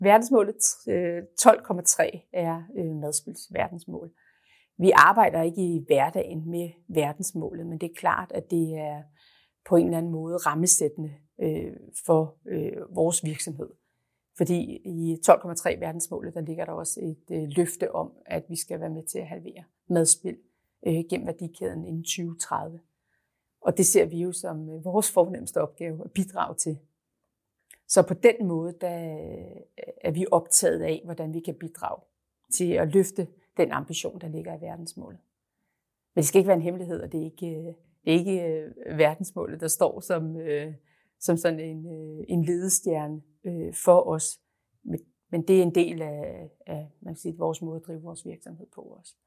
Verdensmålet 12,3 er madspils verdensmål. Vi arbejder ikke i hverdagen med verdensmålet, men det er klart, at det er på en eller anden måde rammesættende for vores virksomhed. Fordi i 12,3 verdensmålet, der ligger der også et løfte om, at vi skal være med til at halvere madspild gennem værdikæden inden 2030. Og det ser vi jo som vores fornemmeste opgave at bidrage til. Så på den måde, der er vi optaget af, hvordan vi kan bidrage til at løfte den ambition, der ligger i verdensmålet. Men det skal ikke være en hemmelighed, og det er ikke verdensmålet, der står som sådan en ledestjerne for os. Men det er en del af man kan sige, vores måde at drive vores virksomhed på også.